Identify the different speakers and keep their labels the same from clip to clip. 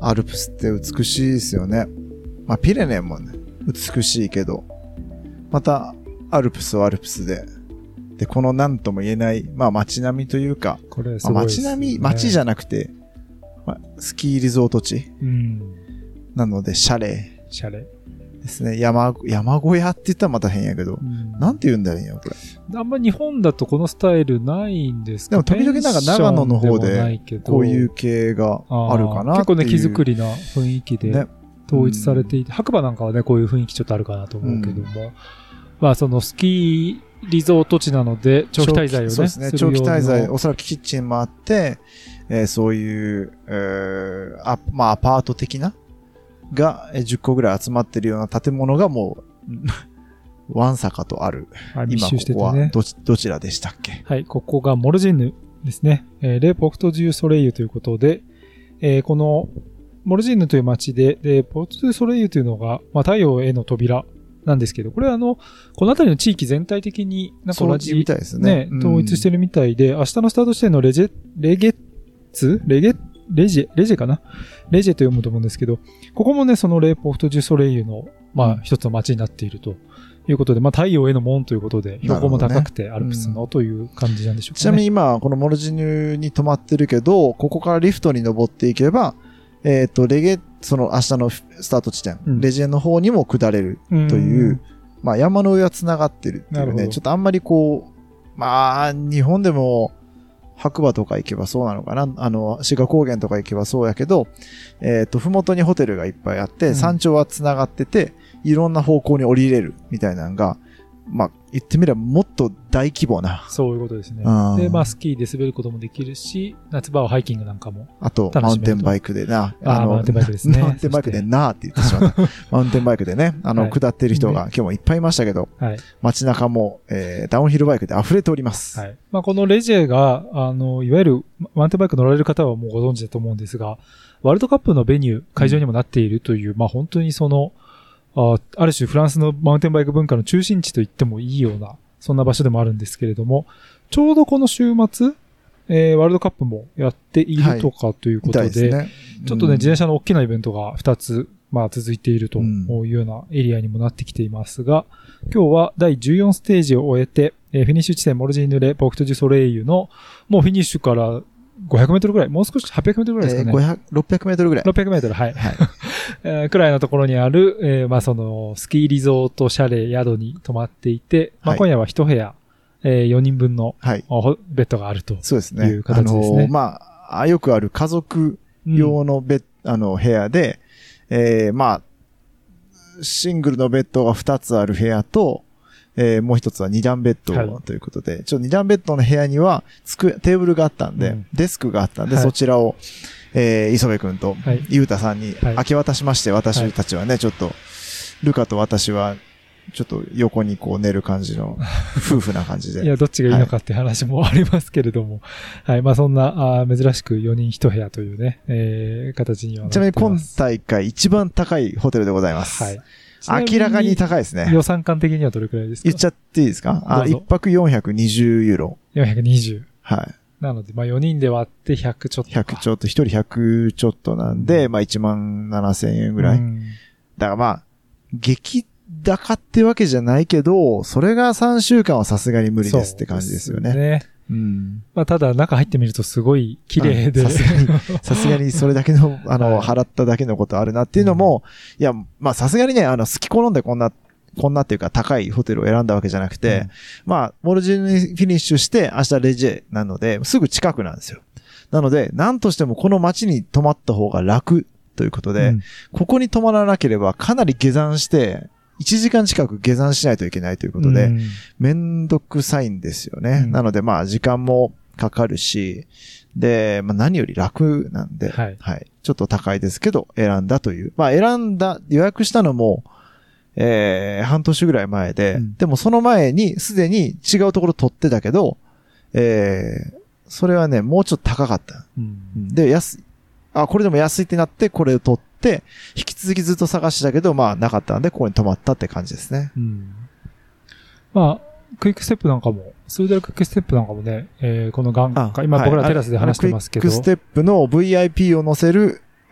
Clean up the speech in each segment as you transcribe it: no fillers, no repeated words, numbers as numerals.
Speaker 1: アルプスって美しいですよね。まあピレネーもね、美しいけど、またアルプスはアルプスで、で、このなんとも言えない、まあ街並みというか、
Speaker 2: これすごいですね。
Speaker 1: 街並み、街じゃなくて、まあ、スキーリゾート地。
Speaker 2: うん。
Speaker 1: なので、シャレ
Speaker 2: シャレ。
Speaker 1: ですね。山小屋って言ったらまた変やけど、なんて言うんだろうよ、これ。
Speaker 2: あんま日本だとこのスタイルないんですか？
Speaker 1: でも時々なんか長野の方で、こういう系があるかなっていう。
Speaker 2: 結構ね、木造りな雰囲気で統一されていて、白馬なんかはね、こういう雰囲気ちょっとあるかなと思うけども、まあそのスキーリゾート地なので、長期滞在をね。
Speaker 1: そうですね。長期滞在、おそらくキッチンもあって、そういう、まあアパート的なが10個ぐらい集まってるような建物がもう、わんさかとある。
Speaker 2: 密集しててね。
Speaker 1: 今ここはどちらでしたっけ？
Speaker 2: はい、ここがモルジーヌですね。レ・ポクト・ジュ・ソレイユということで、このモルジーヌという街で、ポクト・ジュ・ソレイユというのが、まあ、太陽への扉なんですけど、これはこの辺りの地域全体的になんか同じ、
Speaker 1: みたいですね。
Speaker 2: 統一してるみたいで、明日のスタート地点のレジェかなレジェと読むと思うんですけど、ここもね、そのレ・ポクト・ジュ・ソレイユの、まあ、一つの街になっているということで、まあ、太陽への門ということで、標高も高くて、アルプスのという感じなんでしょうかね。
Speaker 1: ちなみに今、このモルジヌに泊まってるけど、ここからリフトに登っていけば、その明日のスタート地点、レジェの方にも下れるという、まあ、山の上は繋がってるっていうね、ちょっとあんまりこう、まあ、日本でも、白馬とか行けばそうなのかな。志賀高原とか行けばそうやけど、ふもとにホテルがいっぱいあって、山頂は繋がってて、いろんな方向に降りれるみたいなのが、まあ、言ってみればもっと大規模な。
Speaker 2: そういうことですね。で、まあ、スキーで滑ることもできるし、夏場はハイキングなんかも。
Speaker 1: あと、マウンテンバイクでな。
Speaker 2: マウンテンバイクですね。
Speaker 1: マウンテンバイクでなーって言ってしまった。マウンテンバイクでね、下ってる人が今日もいっぱいいましたけど、はい、街中も、ダウンヒルバイクで溢れております。
Speaker 2: はい。まあ、このレジェが、いわゆるマウンテンバイク乗られる方はもうご存知だと思うんですが、ワールドカップのベニュー、会場にもなっているという、まあ、本当にある種フランスのマウンテンバイク文化の中心地と言ってもいいような、そんな場所でもあるんですけれども、ちょうどこの週末、ワールドカップもやっているとかということで、
Speaker 1: ね、
Speaker 2: ちょっとね、自転車の大きなイベントが2つ、まあ続いているというようなエリアにもなってきていますが、今日は第14ステージを終えて、フィニッシュ地点モルジーヌレ・ポクト・ジュ・ソレイユの、もうフィニッシュから500メートルぐらい、もう少し800メートルぐらいですかね。
Speaker 1: 600メートルぐらい。
Speaker 2: 600メートル、はい。はい、くらいのところにある、まあその、スキーリゾートシャレ宿に泊まっていて、まあ今夜は一部屋、4人分の、ベッドがあるという形ですね。
Speaker 1: まあ、よくある家族用の部屋で、まあ、シングルのベッドが2つある部屋と、もう一つは2段ベッドということで、2段ベッドの部屋にはテーブルがあったんで、デスクがあったんで、そちらを、磯部くんと、ゆうたさんに明け渡しまして、私たちはね、ちょっと、ルカと私は、ちょっと横にこう寝る感じの、夫婦な感じで。
Speaker 2: いや、どっちがいいのかっていう話もありますけれども、はい、まあそんな、珍しく4人1部屋というね、形にはなっています。
Speaker 1: ちなみに今大会一番高いホテルでございます。はい。明らかに高いですね。
Speaker 2: 予算感的にはどれくらいですか？
Speaker 1: 言っちゃっていいですか？1泊420ユーロ。
Speaker 2: 420。
Speaker 1: はい。
Speaker 2: なので、まあ4人で割って100ちょっと。
Speaker 1: 100ちょっと、1人100ちょっとなんで、まあ1万7000円ぐらい。だからまあ、激高ってわけじゃないけど、それが3週間はさすがに無理ですって感じですよね。ね。
Speaker 2: まあただ中入ってみるとすごい綺麗で。
Speaker 1: さすがにそれだけの、払っただけのことあるなっていうのも、いや、まあさすがにね、好き好んでこんなっていうか高いホテルを選んだわけじゃなくて、まあ、モルジヌにフィニッシュして明日レジェなので、すぐ近くなんですよ。なので、何としてもこの街に泊まった方が楽ということで、ここに泊まらなければかなり下山して、1時間近く下山しないといけないということで、めんどくさいんですよね。なので、まあ、時間もかかるし、で、まあ、何より楽なんで、はい。ちょっと高いですけど、選んだという。まあ、予約したのも、半年ぐらい前で、でもその前にすでに違うところ取ってたけど、それはね、もうちょっと高かった。で、これでも安いってなって、これを取って、引き続きずっと探してたけど、まあなかったんで、ここに泊まったって感じですね。
Speaker 2: まあ、クイックステップなんかも、スーデルクイックステップなんかもね、この今僕らテラスで話してますけど。
Speaker 1: クイックステップの VIP を載せる、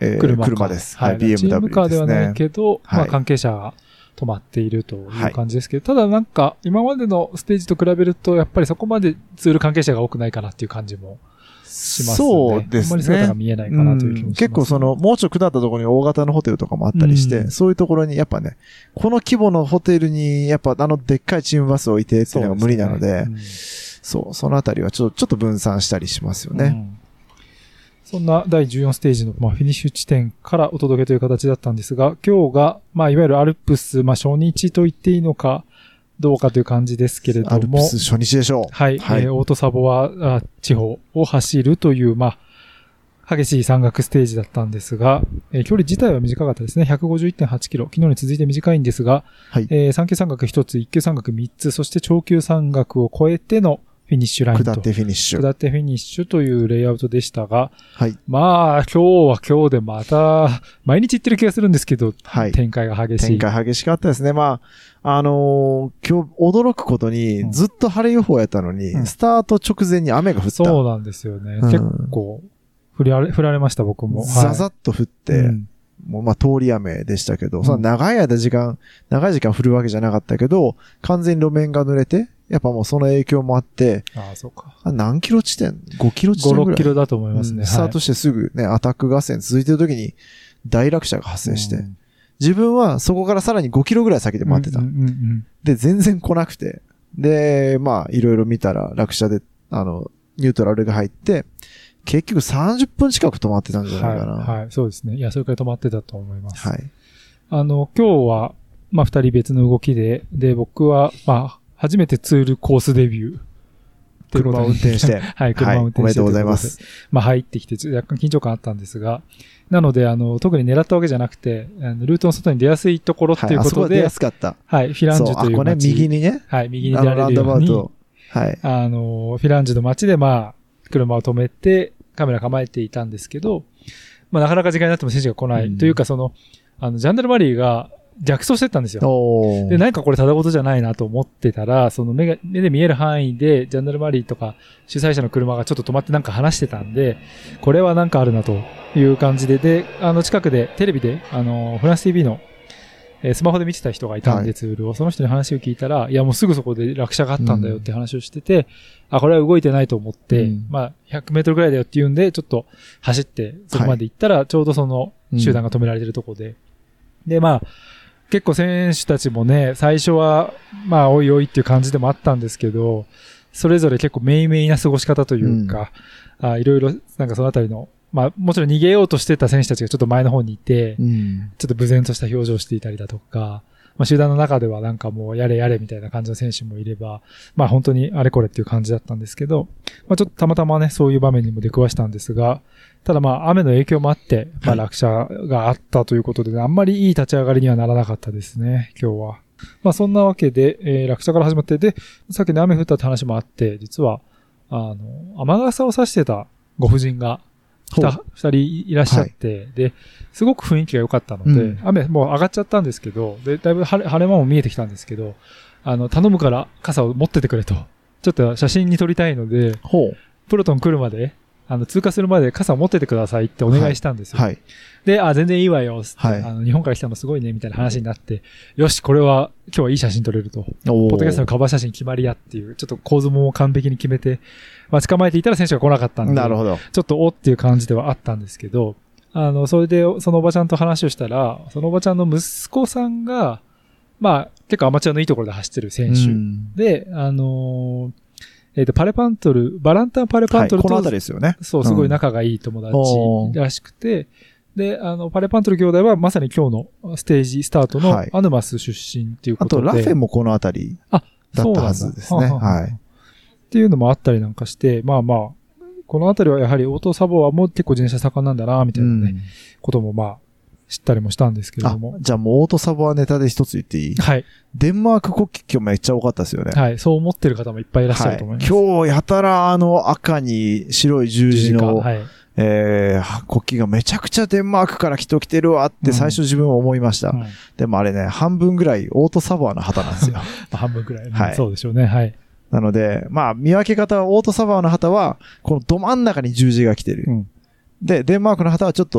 Speaker 1: 車です。はい、BMW ですね。
Speaker 2: チームカーではないけど、
Speaker 1: はい、
Speaker 2: まあ関係者が止まっているという感じですけど、ただなんか今までのステージと比べると、やっぱりそこまでツール関係者が多くないかなっていう感じもしますね。
Speaker 1: そうですね。
Speaker 2: あんまり姿が見えないかなという気もします、ね。
Speaker 1: 結構もうちょっと下ったところに大型のホテルとかもあったりして、そういうところにやっぱね、この規模のホテルにやっぱでっかいチームバスを置いてっていうのが無理なので、そのあたりはちょっと分散したりしますよね。
Speaker 2: そんな第14ステージの、フィニッシュ地点からお届けという形だったんですが、今日が、いわゆるアルプス、初日と言っていいのか、どうかという感じですけれども。
Speaker 1: アルプス初日でしょう。
Speaker 2: はい。オートサボは地方を走るという、激しい山岳ステージだったんですが、距離自体は短かったですね。151.8 キロ。昨日に続いて短いんですが、3級山岳1つ、1級山岳3つ、そして長級山岳を超えてのフィニッシュラインと。
Speaker 1: 下ってフィニッシュ。
Speaker 2: 下ってフィニッシュというレイアウトでしたが、
Speaker 1: はい。
Speaker 2: 今日は今日でまた、毎日行ってる気がするんですけど、はい。展開が激しい。
Speaker 1: 展開激しかったですね。今日驚くことに、ずっと晴れ予報やったのに、スタート直前に雨が降った。
Speaker 2: そうなんですよね。結構、降られました、僕も。
Speaker 1: ザザッと降って、もう通り雨でしたけど、その長い時間降るわけじゃなかったけど、完全に路面が濡れて、やっぱもうその影響もあって、
Speaker 2: そうか。
Speaker 1: 何キロ地点 ?5 キロ地点ぐらい
Speaker 2: ?5、6キロだと思いますね。
Speaker 1: スタートしてすぐね、アタック合戦続いてる時に大落車が発生して、自分はそこからさらに5キロぐらい先で待ってた。で、全然来なくて。で、いろいろ見たら落車で、ニュートラルが入って、結局30分近く止まってたんじゃないかな。
Speaker 2: はい、そうですね。いや、それくらい止まってたと思います。
Speaker 1: はい。
Speaker 2: 今日は、二人別の動きで、僕は、初めてツールコースデビュー。
Speaker 1: 車を運転して。
Speaker 2: はい、車を運転して。
Speaker 1: おめでとうございます。
Speaker 2: 入ってきて、若干緊張感あったんですが、なので、特に狙ったわけじゃなくて、ルートの外に出やすいところっていうことで、
Speaker 1: あそこ出やすかった。
Speaker 2: はい、フィランジュという街。
Speaker 1: 右にね。
Speaker 2: はい、右に出られるように、はい、フィランジュの街で、車を止めて、カメラ構えていたんですけど、なかなか時間になっても選手が来ない。というか、ジャンダルマリーが逆走してったんですよ。で、何かこれただごとじゃないなと思ってたら、目で見える範囲で、ジャンダルマリーとか主催者の車がちょっと止まってなんか話してたんで、これはなんかあるなという感じで、近くで、テレビで、フランス TV の、スマホで見てた人がいたんで、ツールを。その人に話を聞いたら、いやもうすぐそこで落車があったんだよって話をしてて、これは動いてないと思って、100メートルぐらいだよって言うんで、ちょっと走って、そこまで行ったら、ちょうどその集団が止められてるとこで。で、結構選手たちもね、最初は、おいおいっていう感じでもあったんですけど、それぞれ結構めいめいな過ごし方というか、いろいろ、なんかそのあたりの、もちろん逃げようとしてた選手たちがちょっと前の方にいて、ちょっと無然とした表情をしていたりだとか、集団の中ではなんかもうやれやれみたいな感じの選手もいれば、本当にあれこれっていう感じだったんですけど、ちょっとたまたまね、そういう場面にも出くわしたんですが、ただ雨の影響もあって、落車があったということで、あんまりいい立ち上がりにはならなかったですね、今日は。そんなわけで、落車から始まって、で、さっきね、雨降ったって話もあって、実は、雨傘を差してたご婦人が、二人いらっしゃって、で、すごく雰囲気が良かったので、雨もう上がっちゃったんですけど、で、だいぶ晴れ間も見えてきたんですけど、頼むから傘を持っててくれと。ちょっと写真に撮りたいので、プロトン来るまで、通過するまで傘を持っててくださいってお願いしたんですよ。で、全然いいわよ、日本から来たのすごいね、みたいな話になって、よし、これは、今日はいい写真撮れると。ポッドキャストのカバー写真決まりやっていう、ちょっと構図も完璧に決めて、待ち構えていたら選手が来なかったんで、
Speaker 1: なるほど。
Speaker 2: ちょっとおっていう感じではあったんですけど、それで、そのおばちゃんと話をしたら、そのおばちゃんの息子さんが、結構アマチュアのいいところで走ってる選手で、パレパントル、バランタンパレパントルと、
Speaker 1: この辺りですよね。
Speaker 2: そう、すごい仲がいい友達らしくて、で、パレパントル兄弟はまさに今日のステージスタートのアヌマス出身っていうことで。
Speaker 1: あと、ラフェもこの辺りだったはずですね。
Speaker 2: っていうのもあったりなんかして、この辺りはやはりオートサボアも結構自転車盛んなんだな、みたいなね、ことも知ったりもしたんですけれども。
Speaker 1: じゃあもうオートサボアネタで一つ言っていい？
Speaker 2: はい。
Speaker 1: デンマーク国旗今日めっちゃ多かったですよね。
Speaker 2: はい。そう思ってる方もいっぱいいらっしゃると思います。
Speaker 1: 今日やたら赤に白い十字の、国旗がめちゃくちゃデンマークから来てるわって最初自分は思いました。でもあれね、半分ぐらいオートサボアの旗なんですよ。
Speaker 2: 半分ぐらい、はい。そうでしょうね。はい。
Speaker 1: なので、見分け方はオートサボアの旗は、このど真ん中に十字が来てる。で、デンマークの旗はちょっと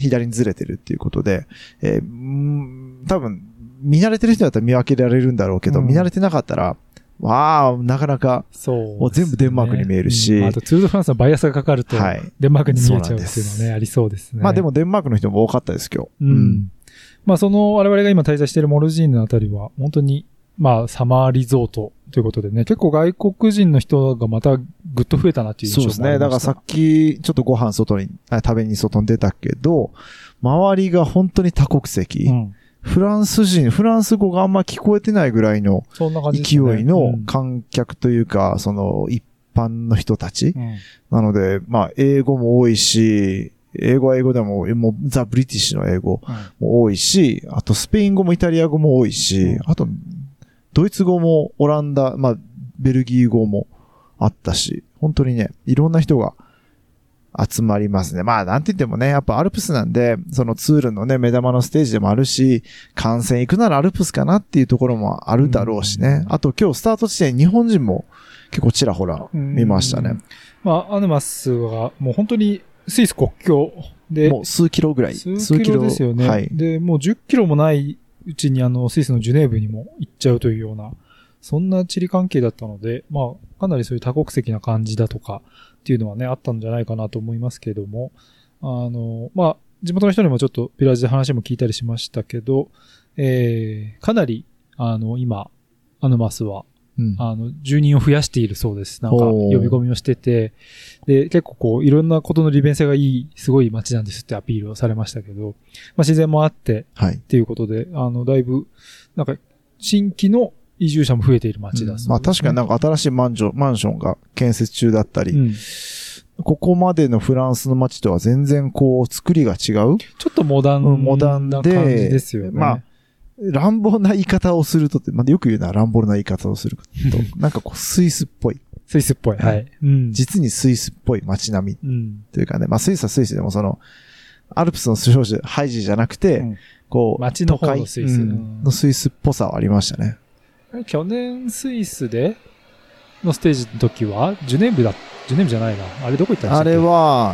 Speaker 1: 左にずれてるっていうことで、多分、見慣れてる人だったら見分けられるんだろうけど、見慣れてなかったら、なかなか、もう全部デンマークに見えるし。
Speaker 2: あとツール・ド・フランスのバイアスがかかると、デンマークに見えちゃうっていうのはね、ありそうですね。
Speaker 1: まあでもデンマークの人も多かったです今
Speaker 2: 日。まあ我々が今滞在しているモルジーヌのあたりは、本当に、まあサマーリゾートということでね、結構外国人の人がまたぐっと増えたなっていう印象もありました。
Speaker 1: そうですね。だからさっき、ちょっとご飯食べに外に出たけど、周りが本当に多国籍。フランス語があんま聞こえてないぐらいの勢いの観客というか、その一般の人たち。なので、まあ、英語も多いし、英語は英語でもうザ・ブリティッシュの英語も多いし、あとスペイン語もイタリア語も多いし、あと、ドイツ語もオランダ、まあ、ベルギー語もあったし、本当にね、いろんな人が集まりますね。まあ、なんて言ってもね、やっぱアルプスなんで、そのツールのね、目玉のステージでもあるし、観戦行くならアルプスかなっていうところもあるだろうしね。あと今日スタート地点日本人も結構ちらほら見ましたね。
Speaker 2: まあ、アヌマスはもう本当にスイス国境で。
Speaker 1: もう数キロぐらい。
Speaker 2: 数キロですよね。はい。で、もう10キロもないうちにスイスのジュネーブにも行っちゃうというような、そんな地理関係だったので、まあ、かなりそういう多国籍な感じだとかっていうのはね、あったんじゃないかなと思いますけども、まあ、地元の人にもちょっとビラージで話も聞いたりしましたけど、かなり、今、アヌマスは、住人を増やしているそうです。なんか、呼び込みをしてて、で、結構こう、いろんなことの利便性がいい、すごい街なんですってアピールをされましたけど、まあ自然もあって、っていうことで、だいぶ、なんか、新規の移住者も増えている街だそうです、ね。
Speaker 1: まあ確かになんか新しいマンションが建設中だったり、ここまでのフランスの街とは全然こう、作りが違う。ちょ
Speaker 2: っとモダンな感じですよね。
Speaker 1: まあ、乱暴な言い方をするとって、まあ、よく言うのは乱暴な言い方をすると、なんかこう、スイスっぽい。
Speaker 2: スイスっぽい。はい。
Speaker 1: 実にスイスっぽい街並み。というかね、まあ、スイスはスイスでもアルプスのハイジじゃなくて、こう、
Speaker 2: 街の方のスイス。
Speaker 1: のスイスっぽさはありましたね。
Speaker 2: 去年スイスでのステージの時は、ジュネーブじゃないな。あれどこ行ったんですか？
Speaker 1: あれは、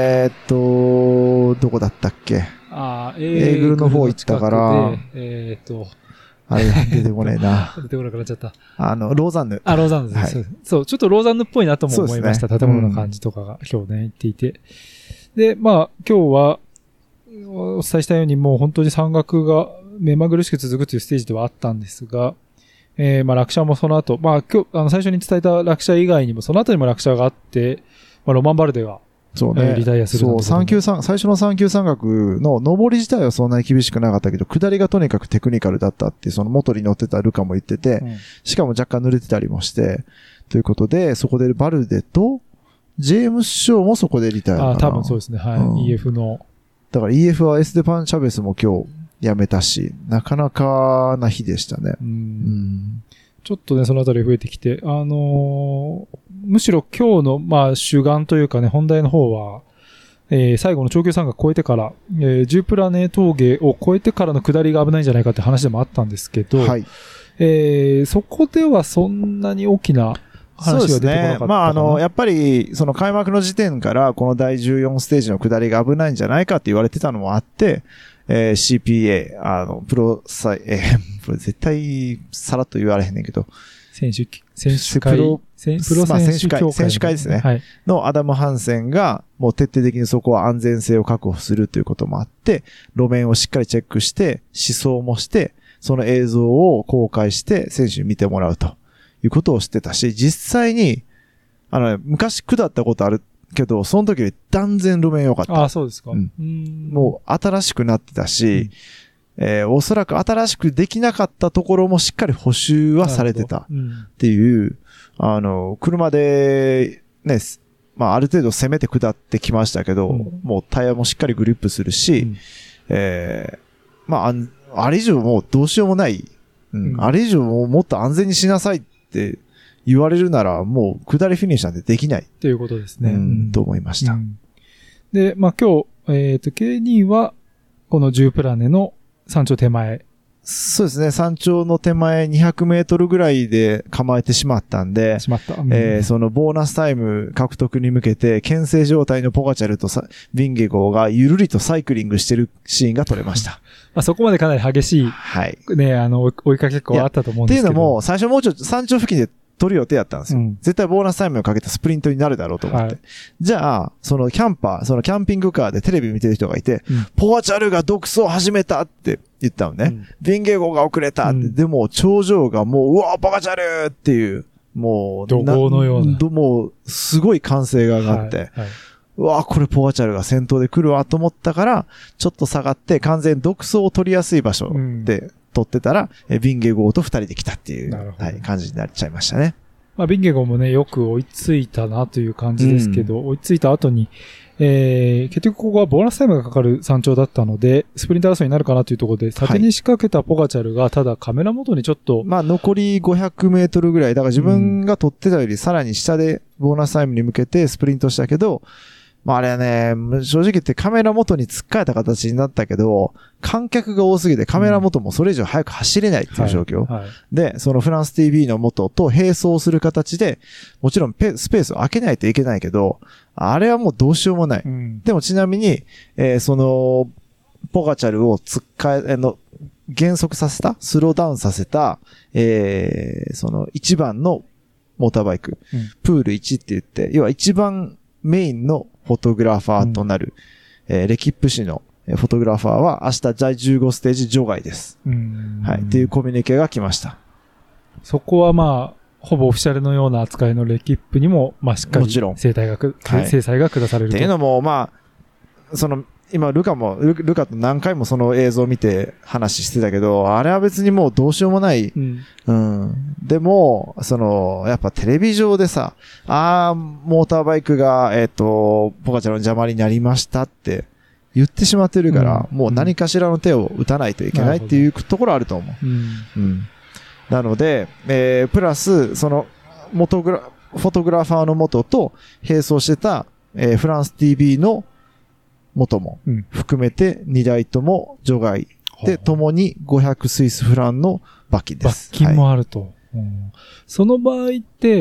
Speaker 1: どこだったっけ？エーグルの方行ったから、あれ出てこねえな。
Speaker 2: 出てこなくなっちゃった。
Speaker 1: ローザンヌ。
Speaker 2: ローザンヌです、はい。そう、ちょっとローザンヌっぽいなとも思いました。ね、建物の感じとかが今日ね、言っていて。で、まあ、今日は、お伝えしたようにもう本当に山岳が目まぐるしく続くというステージではあったんですが、まあ落車もその後、まあ今日、最初に伝えた落車以外にもその後にも落車があって、まあロマンバルデが、
Speaker 1: そうね。
Speaker 2: リタイアする。
Speaker 1: そう、最初の3級山岳の上り自体はそんなに厳しくなかったけど、下りがとにかくテクニカルだったって、その元に乗ってたルカも言ってて、しかも若干濡れてたりもして、ということで、そこでバルデと、ジェームス・ショーもそこでリタイアかな。
Speaker 2: 多分そうですね。はい。EF の。
Speaker 1: だから EF はエステパン・チャベスも今日辞めたし、なかなかな日でしたね。
Speaker 2: ちょっとね、そのあたり増えてきて、むしろ今日の、まあ、主眼というかね、本題の方は、最後の長距離山岳越えてから、ジュープラネ峠を越えてからの下りが危ないんじゃないかって話でもあったんですけど、はい。そこではそんなに大きな話が出てこなかったかな。そうですね。まあ、
Speaker 1: やっぱり、その開幕の時点から、この第14ステージの下りが危ないんじゃないかって言われてたのもあって、CPA、プロ絶対、さらっと言われへんねんけど、
Speaker 2: 選手会
Speaker 1: ですね。はい。のアダム・ハンセンが、もう徹底的にそこは安全性を確保するということもあって、路面をしっかりチェックして、思想もして、その映像を公開して、選手に見てもらうということをしてたし、実際に、昔下ったことあるけど、その時より断然路面良かった。
Speaker 2: そうですか。
Speaker 1: もう新しくなってたし、おそらく新しくできなかったところもしっかり補修はされてたっていう、車でね、まあある程度攻めて下ってきましたけど、もうタイヤもしっかりグリップするし、まああれ以上もうどうしようもない、あれ以上もっと安全にしなさいって言われるならもう下りフィニッシュなんてできない。
Speaker 2: ということですね。
Speaker 1: と思いました。
Speaker 2: で、まあ今日、K2 はこの10プラネの山頂手前
Speaker 1: そうですね。山頂の手前200メートルぐらいで構えてしまったんで、そのボーナスタイム獲得に向けて、牽制状態のポガチャルとビンゲゴーがゆるりとサイクリングしてるシーンが撮れました。
Speaker 2: まあそこまでかなり激しい、はい。ね、追いかけっこあったと思うんですけど。
Speaker 1: っていうのも、最初もうちょっと山頂付近で撮る予定だったんですよ。絶対ボーナスタイムをかけたスプリントになるだろうと思って。じゃあ、そのキャンピングカーでテレビ見てる人がいて、ポガチャルが独走を始めたって言ったのね。ビンゲゴーが遅れたって。でも、頂上がもう、うわ、ポガチャルっていう、もう、
Speaker 2: 怒号のような。
Speaker 1: もう、すごい歓声が上がって、うわ、これポガチャルが先頭で来るわと思ったから、ちょっと下がって完全独走を取りやすい場所で、撮ってたら、ビンゲゴーと二人で来たっていう、はい、感じになっちゃいましたね。
Speaker 2: まあ、ビンゲゴーもね、よく追いついたなという感じですけど、追いついた後に、結局ここはボーナスタイムがかかる山頂だったので、スプリント争いになるかなというところで、縦に仕掛けたポガチャルが、ただカメラ元にちょっと、
Speaker 1: まあ、残り500メートルぐらい、だから自分が撮ってたよりさらに下でボーナスタイムに向けてスプリントしたけど、まああれはね、正直言ってカメラ元に突っかえた形になったけど、観客が多すぎてカメラ元もそれ以上早く走れないっていう状況。で、そのフランス TV の元と並走する形で、もちろんスペースを空けないといけないけど、あれはもうどうしようもない。でもちなみに、その、ポガチャルを減速させた、スローダウンさせた、その一番のモーターバイク、プール1って言って、要は一番メインのフォトグラファーとなる、レキップ誌のフォトグラファーは明日第15ステージ除外です。はい。っていうコミュニケが来ました。
Speaker 2: そこはまあ、ほぼオフィシャルのような扱いのレキップにも、まあしっかり制裁が下されると。
Speaker 1: っていうのも、まあ、その、今、ルカと何回もその映像を見て話してたけど、あれは別にもうどうしようもない。でも、やっぱテレビ上でさ、モーターバイクが、ポガチャルの邪魔になりましたって言ってしまってるから、もう何かしらの手を打たないといけないっていうところあると思う。なので、プラス、その、フォトグラファーの元と並走してた、フランス TV の元も含めて2台とも除外で、共に500スイスフランの罰金です。
Speaker 2: 罰金もあると。その場合って、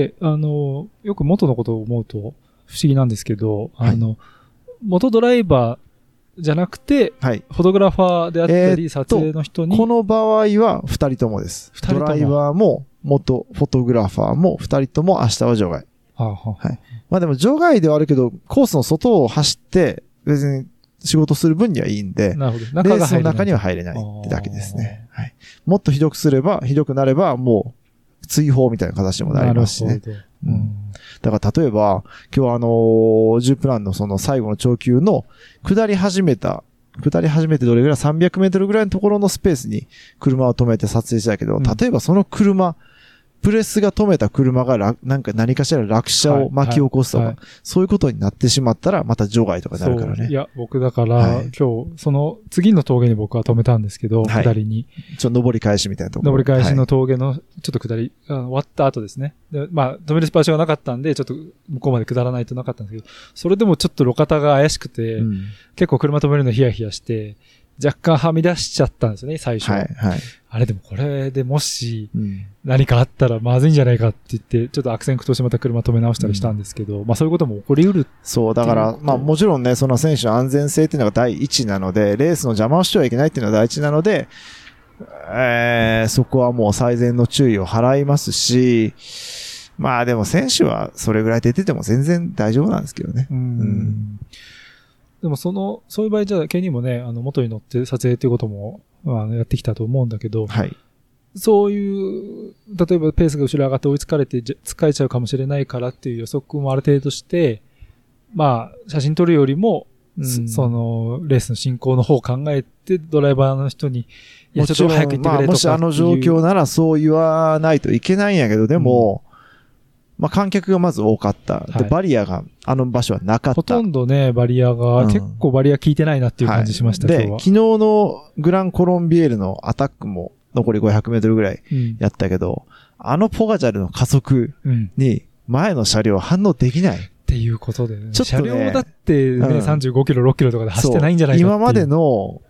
Speaker 2: よく元のことを思うと不思議なんですけど、元ドライバーじゃなくて、フォトグラファーであったり、撮影の人に。
Speaker 1: この場合は2人ともです。ドライバーも元フォトグラファーも2人とも明日は除外。まあでも除外ではあるけど、コースの外を走って、別に仕事する分にはいいんで、レースの中には入れないってだけですね。はい。もっとひどくなれば、もう追放みたいな形にもなりますしね。だから例えば、今日ジュプランのその最後の長級の下り始めてどれぐらい300メートルぐらいのところのスペースに車を止めて撮影したけど、例えばその車、プレスが止めた車が何かしら落車を巻き起こすとか、そういうことになってしまったらまた除外とかになるからね。
Speaker 2: いや、僕だから、今日、その次の峠に僕は止めたんですけど、下りに。
Speaker 1: 登り返しみたいなところ。
Speaker 2: 登り返しの峠のちょっと下り、終わった後ですね。で、まあ、止める場所がなかったんで、ちょっと向こうまで下らないとなかったんですけど、それでもちょっと路肩が怪しくて、結構車止めるのヒヤヒヤして、若干はみ出しちゃったんですよね、最初。あれでもこれでもし何かあったらまずいんじゃないかって言って、ちょっと悪戦苦闘してまた車止め直したりしたんですけど、まあそういうことも起こりうる。
Speaker 1: そう、だから、まあもちろんね、その選手の安全性っていうのが第一なので、レースの邪魔をしてはいけないっていうのが第一なので、そこはもう最善の注意を払いますし、まあでも選手はそれぐらい出てても全然大丈夫なんですけどね。
Speaker 2: でもそういう場合じゃあ、ケニーもね、元に乗って撮影っていうことも、やってきたと思うんだけど、そういう、例えばペースが後ろ上がって追いつかれて疲れちゃうかもしれないからっていう予測もある程度して、まあ、写真撮るよりも、その、レースの進行の方を考えて、ドライバーの人に、いや、ちょっと早く行ってくれとか。
Speaker 1: もし状況ならそう言わないといけないんやけど、でも、まあ、観客がまず多かった。で、バリアが、場所はなかった。
Speaker 2: ほとんどね、バリアが、結構バリア効いてないなっていう感じしました、
Speaker 1: で、昨日のグランコロンビエールのアタックも残り500メートルぐらいやったけど、ポガチャルの加速に前の車両反応できない。
Speaker 2: っていうことでね。ちょっとね、車両だってね、35キロ、6キロとかで走ってないんじゃないかっていう。
Speaker 1: 今までの、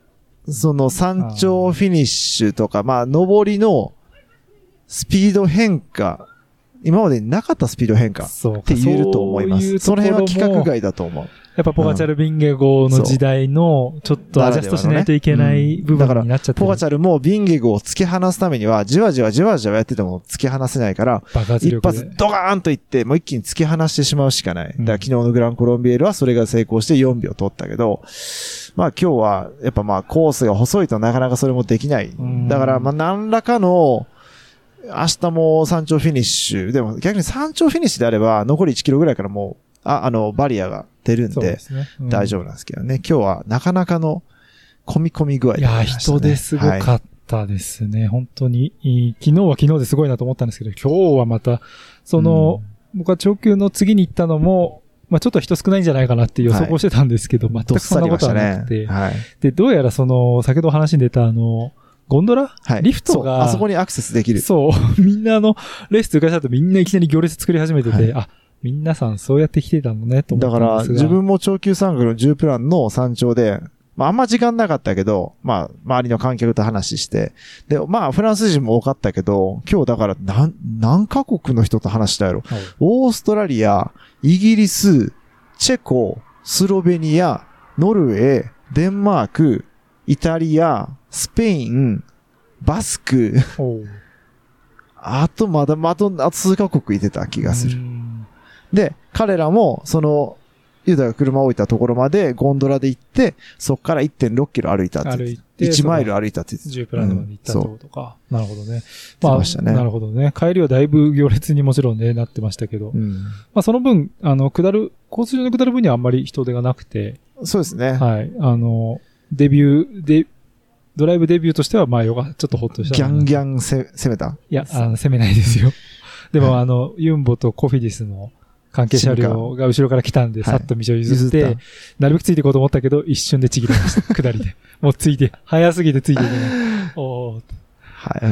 Speaker 1: その山頂フィニッシュとか、まあ、上りのスピード変化、今までになかったスピード変化って言えると思います。その辺は規格外だと思う。
Speaker 2: やっぱポガチャル・ビンゲゴの時代のちょっとアジャストしないといけない部分になっちゃってる。
Speaker 1: ポガチャルもビンゲゴを突き放すためには、じわじわやってても突き放せないから、一発ドカーンといって、もう一気に突き放してしまうしかない。だから昨日のグランコロンビエルはそれが成功して4秒取ったけど、まあ今日はやっぱまあコースが細いとなかなかそれもできない。だからまあ何らかの、明日も山頂フィニッシュ。でも逆に山頂フィニッシュであれば、残り1キロぐらいからもう、バリアが出るんで、大丈夫なんですけどね。今日はなかなかの込み込み具合で、ね。
Speaker 2: いや、人ですごかったですね。はい、本当に。昨日は昨日ですごいなと思ったんですけど、今日はまた、僕は長級の次に行ったのも、まあちょっと人少ないんじゃないかなって予測をしてたんですけど、全くそんなことはなくて。はい、で、どうやら先ほど話に出たゴンドラ、はい、リフトが
Speaker 1: あそこにアクセスできる。
Speaker 2: そう。みんなレース通過した後みんないきなり行列作り始めてて、はい、皆さんそうやって来てたのね、と思ったんですが。
Speaker 1: だから、自分も長級山岳の10プランの山頂で、まああんま時間なかったけど、まあ周りの観客と話して、で、まあフランス人も多かったけど、今日だから何カ国の人と話したやろ。はい、オーストラリア、イギリス、チェコ、スロベニア、ノルウェー、デンマーク、イタリア、スペイン、バスク、あと数カ国いてた気がする。で、彼らも、ユダが車を置いたところまでゴンドラで行って、そっから 1.6 キロ歩いたって。1マイル歩いたって言って
Speaker 2: た。10プランまで行ったってことか。なるほどね。まあ、なるほどね。帰りはだいぶ行列にもちろんね、なってましたけど。まあその分、交通上の下る分にはあんまり人手がなくて。
Speaker 1: そうですね。
Speaker 2: はい。ドライブデビューとしては、まあちょっとほっとした。
Speaker 1: ギャンギャン攻めた？
Speaker 2: いや、攻めないですよ。でもユンボとコフィディスの関係車両が後ろから来たんで、さっと道を譲って、なるべくついていこうと思ったけど、一瞬でちぎれました。下りで。もうついて、早すぎてついていけない。はい。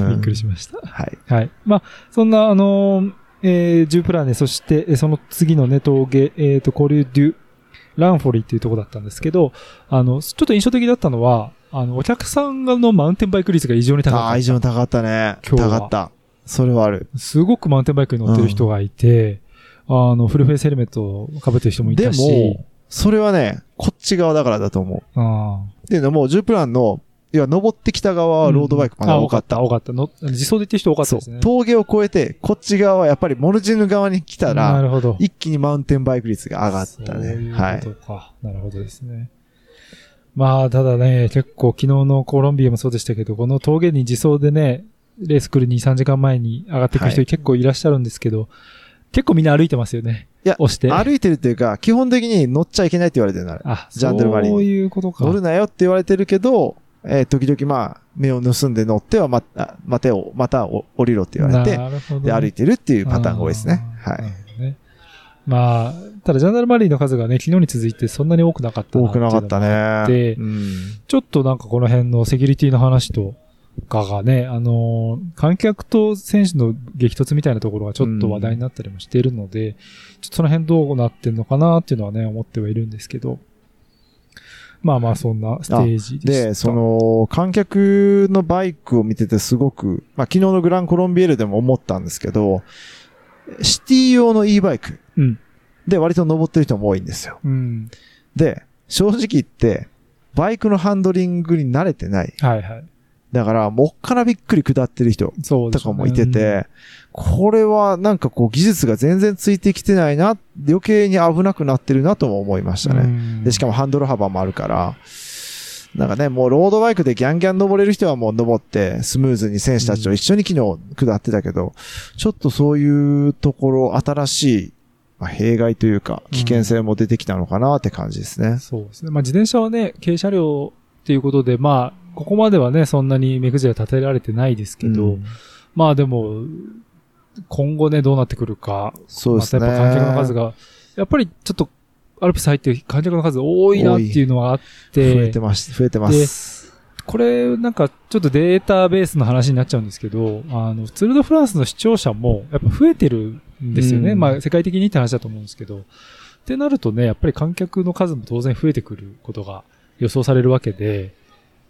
Speaker 2: びっくりしました。
Speaker 1: はい。
Speaker 2: はい。まあ、そんな、10プラネ、そして、その次のね、峠、コリュ・デュ・ランフォリっていうところだったんですけど、ちょっと印象的だったのは、お客さんのマウンテンバイク率が異常に高かった。
Speaker 1: 異常に高かったね。高かった。それはある。
Speaker 2: すごくマウンテンバイクに乗ってる人がいて、フルフェイスヘルメットを被ってる人もいたし。
Speaker 1: でも、それはね、こっち側だからだと思う。っていうのも、10プランの、いや、登ってきた側はロードバイクまだ多かった。
Speaker 2: 多かった。自走で行ってる人多かったですね。
Speaker 1: 峠を越えて、こっち側はやっぱりモルジヌ側に来たら、
Speaker 2: なるほど。
Speaker 1: 一気にマウンテンバイク率が上がったね。
Speaker 2: そういうことか。はい。なるほどですね。まあ、ただね、結構昨日のコロンビアもそうでしたけど、この峠に自走でね、レース来る2、3時間前に上がっていく人結構いらっしゃるんですけど、結構みんな歩いてますよね。
Speaker 1: いや、押して。歩いてるっていうか、基本的に乗っちゃいけないって言われてるのあ、ジャンドルバリに。
Speaker 2: そういうことか。
Speaker 1: 乗るなよって言われてるけど、時々まあ、目を盗んで乗ってはまた降りろって言われて、で、歩いてるっていうパターンが多いですね。はい。
Speaker 2: まあ、ただジャンダルマリーの数がね、昨日に続いてそんなに多くなかったなっていうのがあって。多くなかったね。ちょっとなんかこの辺のセキュリティの話とかがね、観客と選手の激突みたいなところがちょっと話題になったりもしているので、ちょっとその辺どうなってんのかなっていうのはね、思ってはいるんですけど。まあまあそんなステージでした。
Speaker 1: で、観客のバイクを見ててすごく、まあ昨日のグランコロンビエルでも思ったんですけど、シティ用の e バイクで割と登ってる人も多いんですよ。で、正直言って、バイクのハンドリングに慣れてない。
Speaker 2: はいはい。
Speaker 1: だから、もっからびっくり下ってる人とかもいてて、これはなんかこう技術が全然ついてきてないな、余計に危なくなってるなとも思いましたね。で、しかもハンドル幅もあるから、なんかね、もうロードバイクでギャンギャン登れる人はもう登ってスムーズに選手たちと一緒に昨日下ってたけど、ちょっとそういうところ新しい、弊害というか危険性も出てきたのかなって感じですね。
Speaker 2: そうですね。まあ自転車はね、軽車両っていうことで、まあここまではね、そんなに目くじら立てられてないですけど、まあでも、今後ね、どうなってくるか。
Speaker 1: そうですね。
Speaker 2: またやっぱ観客の数が、やっぱりちょっと、アルプス入って観客の数多いなっていうのがあって。
Speaker 1: 増えてます。
Speaker 2: これ、なんか、ちょっとデータベースの話になっちゃうんですけど、ツールドフランスの視聴者も、やっぱ増えてるんですよね。まあ、世界的にって話だと思うんですけど。ってなるとね、やっぱり観客の数も当然増えてくることが予想されるわけで、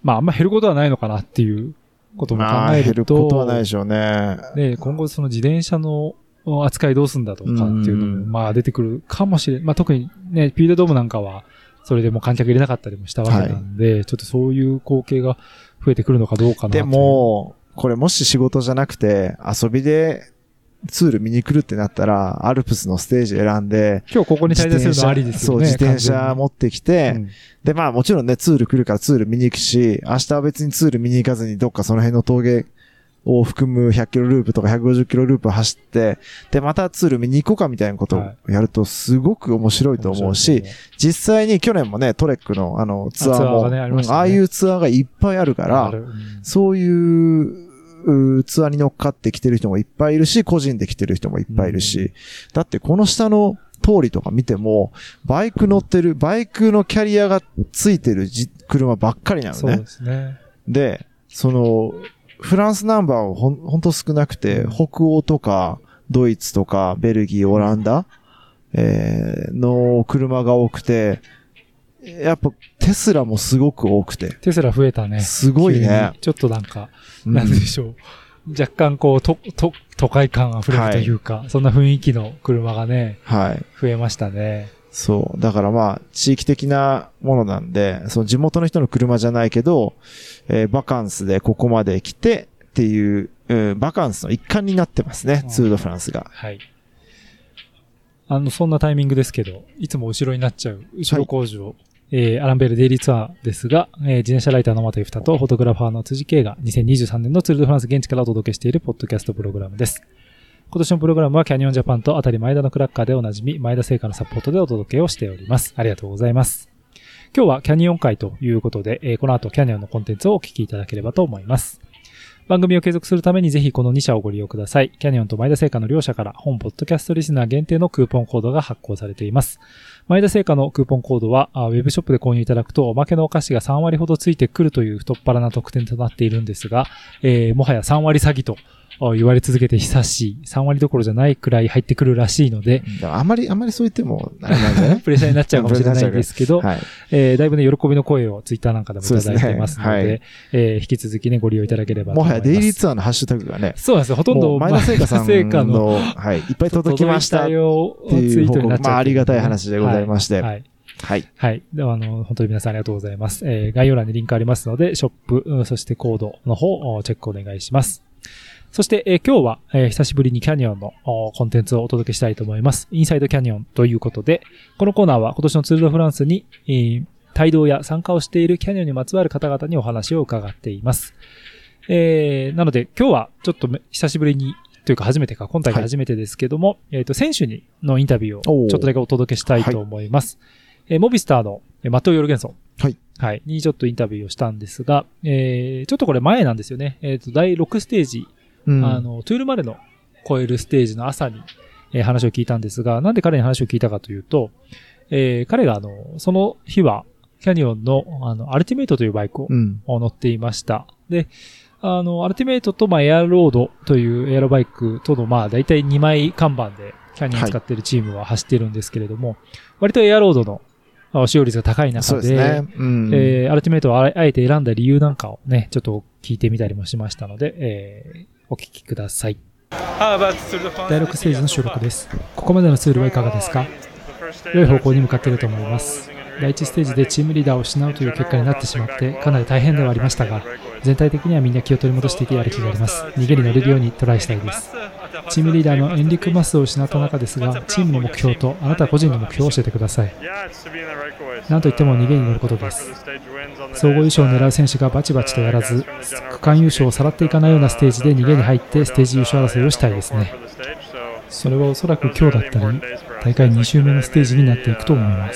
Speaker 2: あんま減ることはないのかなっていうことも考えると。
Speaker 1: 減ることはないでしょうね。
Speaker 2: で、今後その自転車の扱いどうすんだとかっていうのも、出てくるかもしれん。特にね、ピューレドームなんかは、それでもう観客入れなかったりもしたわけなんで、ちょっとそういう光景が増えてくるのかどうかなと。
Speaker 1: でも、これもし仕事じゃなくて、遊びでツール見に来るってなったら、アルプスのステージ選んで、
Speaker 2: 今日ここに滞在するのありですよね。
Speaker 1: そう、自転車持ってきて、で、もちろんね、ツール来るからツール見に行くし、明日は別にツール見に行かずにどっかその辺の峠を含む100キロループとか150キロループ走って、で、またツール見に行こうかみたいなことをやるとすごく面白いと思うし、実際に去年もね、トレックのツアーも、ああいうツアーがいっぱいあるから、そういうツアーに乗っかってきてる人もいっぱいいるし、個人で来てる人もいっぱいいるし、だってこの下の通りとか見ても、バイクのキャリアがついてる車ばっかりなのね。
Speaker 2: そうですね。
Speaker 1: で、フランスナンバーはほんと少なくて、北欧とか、ドイツとか、ベルギー、オランダ、の車が多くて、やっぱテスラもすごく多くて。
Speaker 2: テスラ増えたね。
Speaker 1: すごいね。
Speaker 2: ちょっとなんでしょう。若干都会感あふれるというか、そんな雰囲気の車がね、増えましたね。
Speaker 1: そう。だから地域的なものなんで、その地元の人の車じゃないけど、バカンスでここまで来てっていう、バカンスの一環になってますね、ツール・ド・フランスが。
Speaker 2: はい。そんなタイミングですけど、いつも後ろになっちゃう、後ろ工場、アランベールデイリーツアーですが、自転車ライターの又由太とフォトグラファーの辻圭が2023年のツール・ド・フランス現地からお届けしているポッドキャストプログラムです。今年のプログラムはキャニオンジャパンとあたり前田のクラッカーでおなじみ前田製菓のサポートでお届けをしております。ありがとうございます。今日はキャニオン会ということで、この後キャニオンのコンテンツをお聞きいただければと思います。番組を継続するためにぜひこの2社をご利用ください。キャニオンと前田製菓の両社から本ポッドキャストリスナー限定のクーポンコードが発行されています。前田製菓のクーポンコードはウェブショップで購入いただくとおまけのお菓子が3割ほどついてくるという太っ腹な特典となっているんですが、もはや3割詐欺と言われ続けて久しい3割どころじゃないくらい入ってくるらしいので、
Speaker 1: あんまりそう言ってもプレッ
Speaker 2: シャーになっちゃうかもしれないですけど、だいぶね喜びの声をツイッターなんかでもいただいてますので、引き続きねご利用いただければと思います。
Speaker 1: もはやデイリーツアーのハッシュタグがね、
Speaker 2: そうなんですよ。ほとんど
Speaker 1: 前田製菓さんのいっぱい届きましたっていう報告、ありがたい話でございまして。はい。
Speaker 2: では、本当に皆さんありがとうございます。概要欄にリンクありますので、ショップ、そしてコードの方、チェックお願いします。そして、今日は、久しぶりにキャニオンのコンテンツをお届けしたいと思います。インサイドキャニオンということで、このコーナーは今年のツール・ド・フランスに、帯同や参加をしているキャニオンにまつわる方々にお話を伺っています。なので、今日はちょっと久しぶりに、というか初めてか、今大会初めてですけども、選手のインタビューをちょっとだけお届けしたいと思います。モビスターのマット・ヨルゲンソン。にちょっとインタビューをしたんですが、ちょっとこれ前なんですよね。第6ステージ、トゥールマレの超えるステージの朝に、話を聞いたんですが、なんで彼に話を聞いたかというと、彼がその日は、キャニオンの、アルティメイトというバイクを乗っていました。で、アルティメイトと、エアロードというエアロバイクとの、だいたい2枚看板で、キャニオンを使っているチームは走っているんですけれども、割とエアロードの使用率が高い中で、アルティメイトをあえて選んだ理由なんかをね、ちょっと聞いてみたりもしましたので、お聞きください。第6ステージの収録です。ここまでのツールはいかがですか？良い方向に向かっていると思います。第1ステージでチームリーダーを失うという結果になってしまってかなり大変ではありましたが、全体的にはみんな気を取り戻していてやる気があります。逃げに乗れるようにトライしたいです。チームリーダーのエンリック・マスを失った中ですが、チームの目標とあなた個人の目標を教えてください。なんといっても逃げに乗ることです。総合優勝を狙う選手がバチバチとやらず、区間優勝をさらっていかないようなステージで逃げに入ってステージ優勝争いをしたいですね。それはおそらく今日だったり、大会2週目のステージになっていくと思います。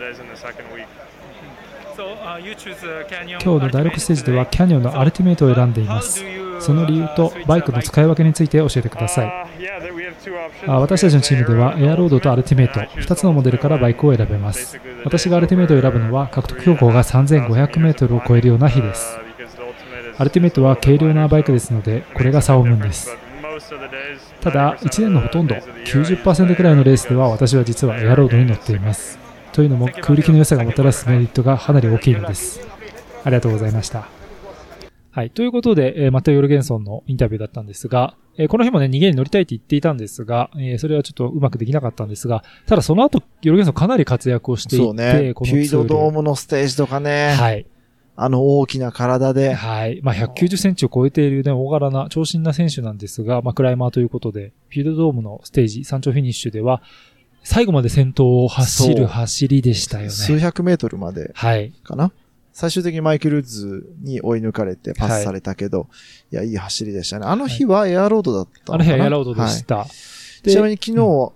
Speaker 2: 今日の第6ステージではキャニオンのアルティメイトを選んでいます。その理由とバイクの使い分けについて教えてください。私たちのチームではエアロードとアルティメイト2つのモデルからバイクを選べます。私がアルティメイトを選ぶのは獲得標高が 3500m を超えるような日です。アルティメイトは軽量なバイクですのでこれが差を生むんです。ただ1年のほとんど 90% くらいのレースでは私は実はエアロードに乗っています。というのも空力の良さがもたらすメリットがかなり大きいのです。 ありがとうございました。はい。ということで、マテオ・ヨルゲンソンのインタビューだったんですが、この日もね、逃げに乗りたいって言っていたんですが、それはちょっとうまくできなかったんですが、ただその後、ヨルゲンソンかなり活躍をしていて、
Speaker 1: そうね。
Speaker 2: この
Speaker 1: ピュイドドームのステージとかね。
Speaker 2: はい。
Speaker 1: 大きな体で。
Speaker 2: はい。まあ、190センチを超えているね、大柄な、長身な選手なんですが、まあ、クライマーということで、ピュイドドームのステージ、山頂フィニッシュでは、最後まで先頭を走る走りでしたよね。
Speaker 1: 数百メートルまで。はい。かな、最終的にマイケル・ウッズに追い抜かれてパスされたけど、いや、いい走りでしたね。あの日はエアロードだったのかな、
Speaker 2: あの日はエアロードでした。はい、
Speaker 1: ちなみに昨日、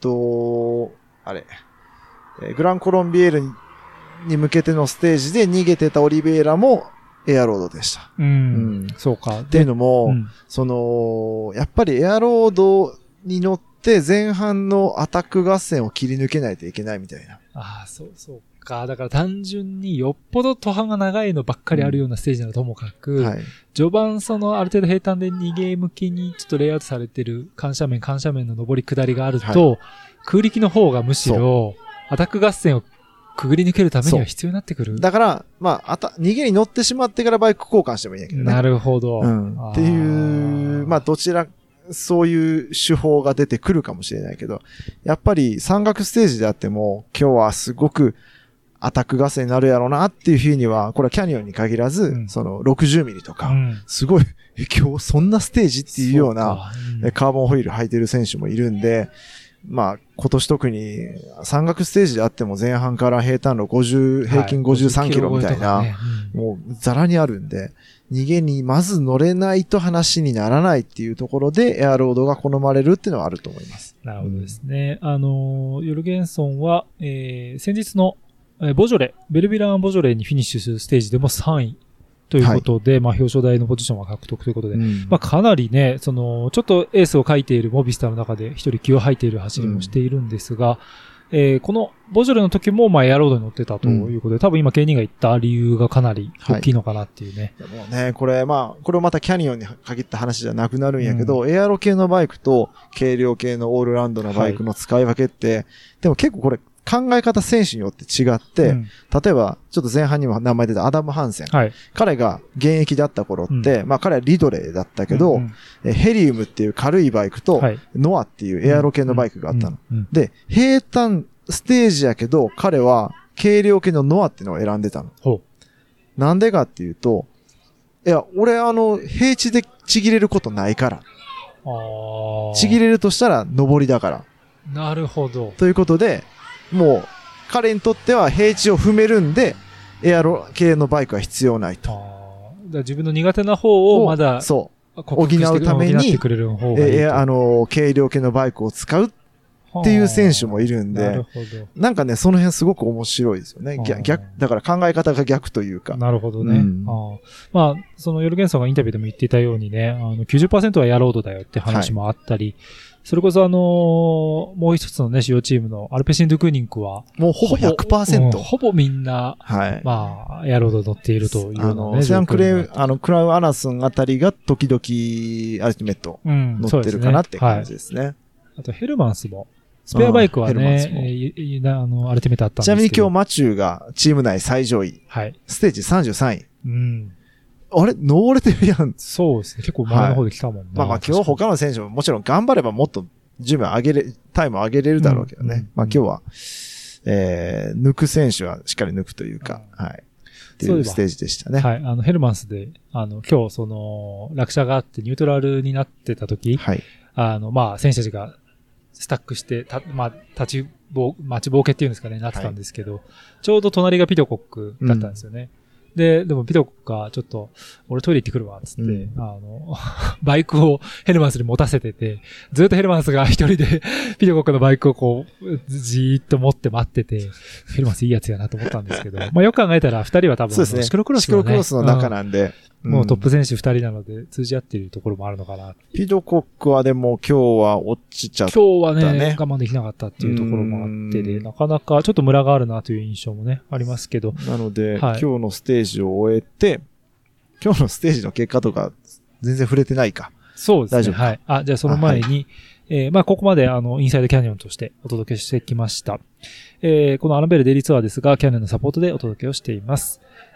Speaker 1: グランコロンビエールに向けてのステージで逃げてたオリベイラもエアロードでした。
Speaker 2: そうか。
Speaker 1: っていうのも、やっぱりエアロードに乗って前半のアタック合戦を切り抜けないといけないみたいな。
Speaker 2: ああ、そうか。だから単純によっぽど途半が長いのばっかりあるようなステージならともかく、序盤ある程度平坦で逃げ向きにちょっとレイアウトされてる緩斜面の上り下りがあると、空力の方がむしろアタック合戦をくぐり抜けるためには必要になってくる。
Speaker 1: だから、まあ、逃げに乗ってしまってからバイク交換してもいいんだけどね。
Speaker 2: なるほど。
Speaker 1: っていう、まあ、そういう手法が出てくるかもしれないけど、やっぱり山岳ステージであっても、今日はすごくアタック合戦になるやろうなっていう日には、これはキャニオンに限らず、60ミリとか、すごい、今日そんなステージっていうような、カーボンホイール履いてる選手もいるんで、まあ、今年特に山岳ステージであっても前半から平坦路平均53キロみたいな、もうザラにあるんで、逃げにまず乗れないと話にならないっていうところでエアロードが好まれるっていうのはあると思います。
Speaker 2: なるほどですね。ヨルゲンソンは、先日のベルビラン・ボジョレーにフィニッシュするステージでも3位ということで、まあ表彰台のポジションは獲得ということで、まあかなりね、ちょっとエースを書いているモビスターの中で一人気を吐いている走りもしているんですが、このボジョレの時もまあエアロードに乗ってたということで、多分今 K2 が言った理由がかなり大きいのかなっていうね。
Speaker 1: もうね、これまたキャニオンに限った話じゃなくなるんやけど、エアロ系のバイクと軽量系のオールラウンドのバイクの使い分けって、でも結構これ考え方選手によって違って、例えば、ちょっと前半にも名前出たアダム・ハンセン。彼が現役だった頃って、まあ彼はリドレーだったけど、ヘリウムっていう軽いバイクと、ノアっていうエアロ系のバイクがあったの。で、平坦ステージやけど、彼は軽量系のノアっていうのを選んでたの。なんでかっていうと、いや、俺平地でちぎれることないから。ちぎれるとしたら上りだから。
Speaker 2: なるほど。
Speaker 1: ということで、もう、彼にとっては平地を踏めるんで、エアロ系のバイクは必要ないと。
Speaker 2: だ自分の苦手な方をまだ、
Speaker 1: 補うために、軽量系のバイクを使うっていう選手もいるんで、なんかね、その辺すごく面白いですよね。だから考え方が逆というか。
Speaker 2: なるほどね。まあ、そのヨルゲンソンがインタビューでも言っていたようにね、90% はエアロードだよって話もあったり、それこそもう一つのね、主要チームのアルペシン・ドゥクーニンクは、
Speaker 1: もうほぼ 100%。
Speaker 2: ほぼみんな、まあ、エアロード乗っているというようなね。
Speaker 1: セアン・クラウ・アナスンあたりが時々アルティメット乗ってるかなって感じですね。
Speaker 2: あとヘルマンスも、スペアバイクはね、アルティメットあったんですけど。
Speaker 1: ちなみに今日マチューがチーム内最上位。ステージ33位。あれ登れてるやん。
Speaker 2: そうですね。結構前の方で来たもんね。
Speaker 1: まあ今日他の選手ももちろん頑張ればもっとタイム上げれるだろうけどね。まあ今日は、抜く選手はしっかり抜くというか、っていうステージでしたね。
Speaker 2: ヘルマンスで、今日落車があってニュートラルになってた時、まあ選手たちがスタックして、待ちぼうけっていうんですかね、なってたんですけど、ちょうど隣がピトコックだったんですよね。でもピトコックがちょっと、俺トイレ行ってくるわ、つって、バイクをヘルマンスに持たせてて、ずっとヘルマンスが一人でピトコックのバイクをこう、じーっと持って待ってて、ヘルマンスいいやつやなと思ったんですけど、まあよく考えたら二人は多分、シクロクロス
Speaker 1: の中なんで、
Speaker 2: もうトップ選手二人なので通じ合っているところもあるのかな。
Speaker 1: ピトコックはでも今日は落ちちゃったね。
Speaker 2: 今日はね、我慢できなかったっていうところもあってで、なかなかちょっとムラがあるなという印象もね、ありますけど。
Speaker 1: なので、今日のステージを終えて、今日のステージの結果とか全然触れてないか。
Speaker 2: そうですね。
Speaker 1: 大丈夫か。
Speaker 2: じゃあその前に、まあここまでインサイドキャニオンとしてお届けしてきました。このアランベルデイリーツアーですが、キャニオンのサポートでお届けをしています。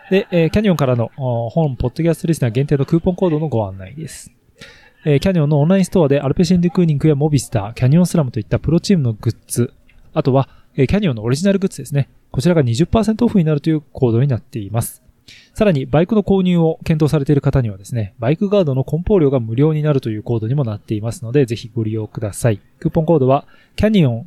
Speaker 2: で、キャニオンからの本ポッドキャストリスナー限定のクーポンコードのご案内です。キャニオンのオンラインストアでアルペシン・デュ・クーニングやモビスター、キャニオンスラムといったプロチームのグッズ、あとは、キャニオンのオリジナルグッズですね。こちらが 20% オフになるというコードになっています。さらに、バイクの購入を検討されている方にはですね、バイクガードの梱包料が無料になるというコードにもなっていますので、ぜひご利用ください。クーポンコードは、キャニオン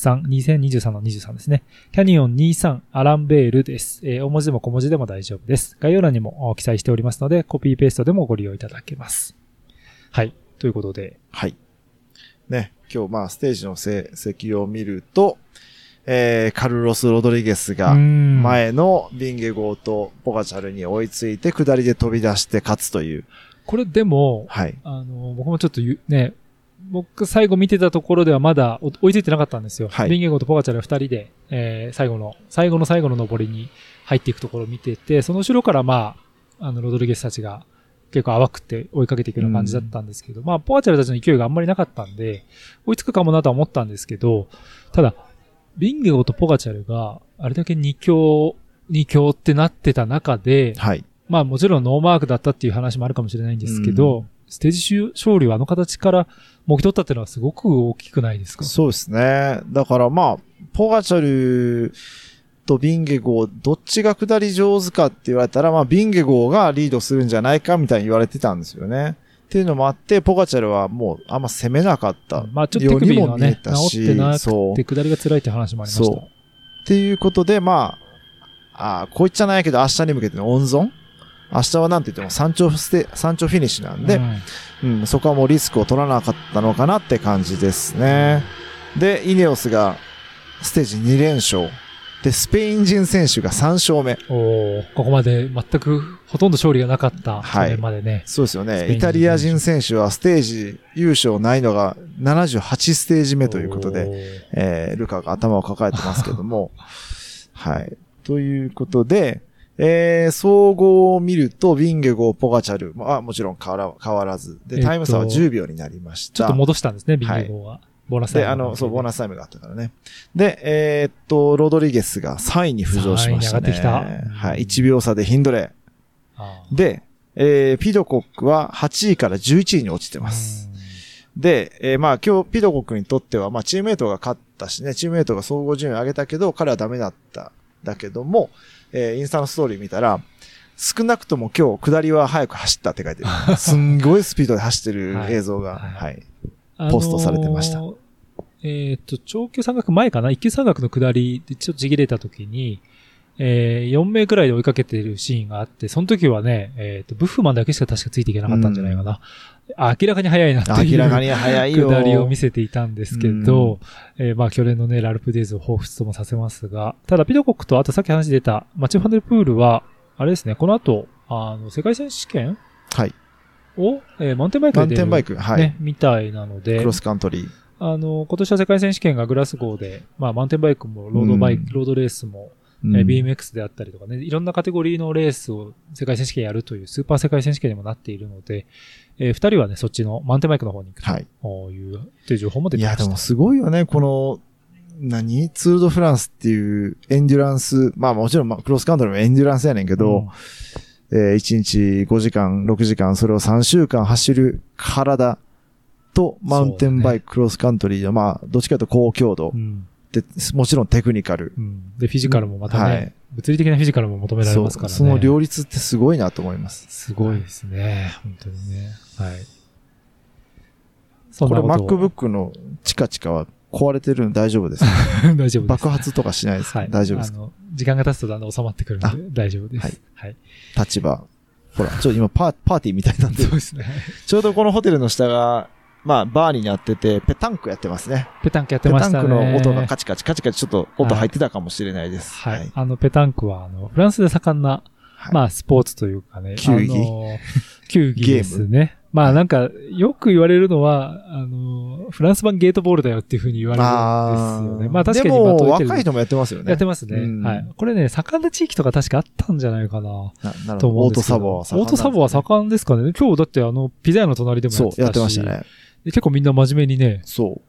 Speaker 2: 23、2023の23ですね。キャニオン23アランベールです。大文字でも小文字でも大丈夫です。概要欄にも記載しておりますので、コピーペーストでもご利用いただけます。はい。ということで。
Speaker 1: はい。ね、今日ステージの成績を見ると、カルロス・ロドリゲスが前のビンゲゴーとポガチャルに追いついて下りで飛び出して勝つという。
Speaker 2: これでも、
Speaker 1: はい、
Speaker 2: 僕もちょっとね、僕最後見てたところではまだ追いついてなかったんですよ。はい、ビンゲゴーとポガチャル2人で、最後の上りに入っていくところを見てて、その後ろからロドリゲスたちが結構淡くて追いかけていくような感じだったんですけど、ポガチャルたちの勢いがあんまりなかったんで、追いつくかもなとは思ったんですけど、ただ、ビンゲゴーとポガチャルがあれだけ2強ってなってた中で、
Speaker 1: はい。
Speaker 2: もちろんノーマークだったっていう話もあるかもしれないんですけど、ステージ勝利をあの形からもぎ取ったっていうのはすごく大きくないですか？
Speaker 1: そうですね。だからポガチャルとビンゲゴー、どっちが下り上手かって言われたら、ビンゲゴーがリードするんじゃないかみたいに言われてたんですよね。っていうのもあって、ポガチャルはもうあんま攻めなかった。
Speaker 2: ちょっと手首がね、治ってなくて、下りが辛いって話もありました。そう。
Speaker 1: っていうことで、こう言っちゃないけど、明日に向けての温存？明日はなんて言っても山頂フィニッシュなんで、そこはもうリスクを取らなかったのかなって感じですね。で、イネオスがステージ2連勝。で、スペイン人選手が3勝目。
Speaker 2: ここまで全くほとんど勝利がなかった。去年までね。
Speaker 1: そうですよね。イタリア人選手はステージ優勝ないのが78ステージ目ということで、ルカが頭を抱えてますけども。はい。ということで、総合を見ると、ビンゲゴー、ポガチャル、もちろん変わらず。で、タイム差は10秒になりました。
Speaker 2: ちょっと戻したんですね、ビンゲゴーは。はい、
Speaker 1: ボーナスタイム。そう、ボーナスタイムがあったからね。で、ロドリゲスが3位に浮上しましたね。3位に上がってきた。はい。1秒差でヒンドレー。で、ピドコックは8位から11位に落ちてます。で、今日ピドコックにとっては、チームメイトが勝ったしね、チームメイトが総合順位を上げたけど、彼はダメだった。だけども、インスタのストーリー見たら、少なくとも今日下りは早く走ったって書いてる。すんごいスピードで走ってる映像が、はい。ポストされてました。
Speaker 2: 長級山岳前かな？一級山岳の下りでちょっとちぎれた時に、4名くらいで追いかけてるシーンがあって、その時はね、ブッフマンだけしか確かついていけなかったんじゃないかな。明らかに速いなっていう。
Speaker 1: 明らかに速いよ。
Speaker 2: 下りを見せていたんですけど、去年のね、ラルプデイズを彷彿ともさせますが、ただピドコックと、あとさっき話出た、マチュ・ファンデルプールは、あれですね、この後、世界選手権
Speaker 1: はい。
Speaker 2: を、マウンテンバイクで、
Speaker 1: マウンテンバイク、はい。
Speaker 2: ね、みたいなので、
Speaker 1: クロスカントリー。
Speaker 2: 今年は世界選手権がグラスゴーで、マウンテンバイクもロードレースも、BMX であったりとかね、いろんなカテゴリーのレースを世界選手権やるというスーパー世界選手権にもなっているので、二人はね、そっちのマウンテンバイクの方に行くという、という情報も出てきました。
Speaker 1: いや、でもすごいよね、この、ツールドフランスっていうエンデュランス、もちろんクロスカントリーもエンデュランスやねんけど、1日5時間、6時間、それを3週間走る体と、マウンテンバイク、クロスカントリーの、どっちかというと高強度。で、もちろんテクニカル。
Speaker 2: で、フィジカルもまたね、物理的なフィジカルも求められますからね。
Speaker 1: その両立ってすごいなと思います。
Speaker 2: すごいですね。本当にね。はい。
Speaker 1: これ MacBook のチカチカは壊れてるの大丈夫ですか？
Speaker 2: 大丈夫です。
Speaker 1: 爆発とかしないですか？大丈夫ですか？
Speaker 2: 時間が経つとだんだん収まってくるので大丈夫です。はい。
Speaker 1: 立場。ほら、ちょっと今パーティーみたいなんで。
Speaker 2: そうですね。
Speaker 1: ちょうどこのホテルの下が、バーになってて、ペタンクやってますね。
Speaker 2: ペタンクやってましたね。
Speaker 1: ペタンクの音がカチカチちょっと音入ってたかもしれないです。
Speaker 2: はい。ペタンクは、フランスで盛んな、スポーツというかね。
Speaker 1: 球技
Speaker 2: ですね。なんか、よく言われるのは、フランス版ゲートボールだよっていうふうに言われるんですよね。確かに。
Speaker 1: でも、若い人もやってますよね。
Speaker 2: やってますね。はい。これね、盛んな地域とか確かあったんじゃないかな。と思うんですけど。オートサボは盛んですかね。今日だってピザ屋の隣でもやってたし。そう、やってましたね。結構みんな真面目にね。
Speaker 1: そう。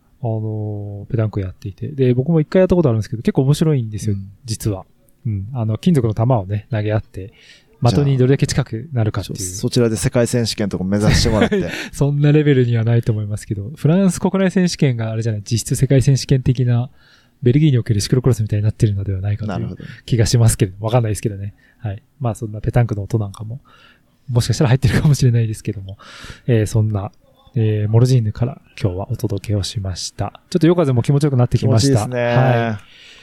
Speaker 2: ペタンクやっていて。で、僕も一回やったことあるんですけど、結構面白いんですよ、実は。 うん。金属の球をね、投げ合って、的にどれだけ近くなるかっていう。
Speaker 1: そちらで世界選手権とか目指してもらって。
Speaker 2: そんなレベルにはないと思いますけど、フランス国内選手権があれじゃない、実質世界選手権的な、ベルギーにおけるシクロクロスみたいになってるのではないかという気がしますけど、わかんないですけどね。はい。まあそんなペタンクの音なんかも、もしかしたら入ってるかもしれないですけども、そんな、モルジーヌから今日はお届けをしました。ちょっと夜風も気持ちよくなってきました。
Speaker 1: 気持ちいいですね。はい。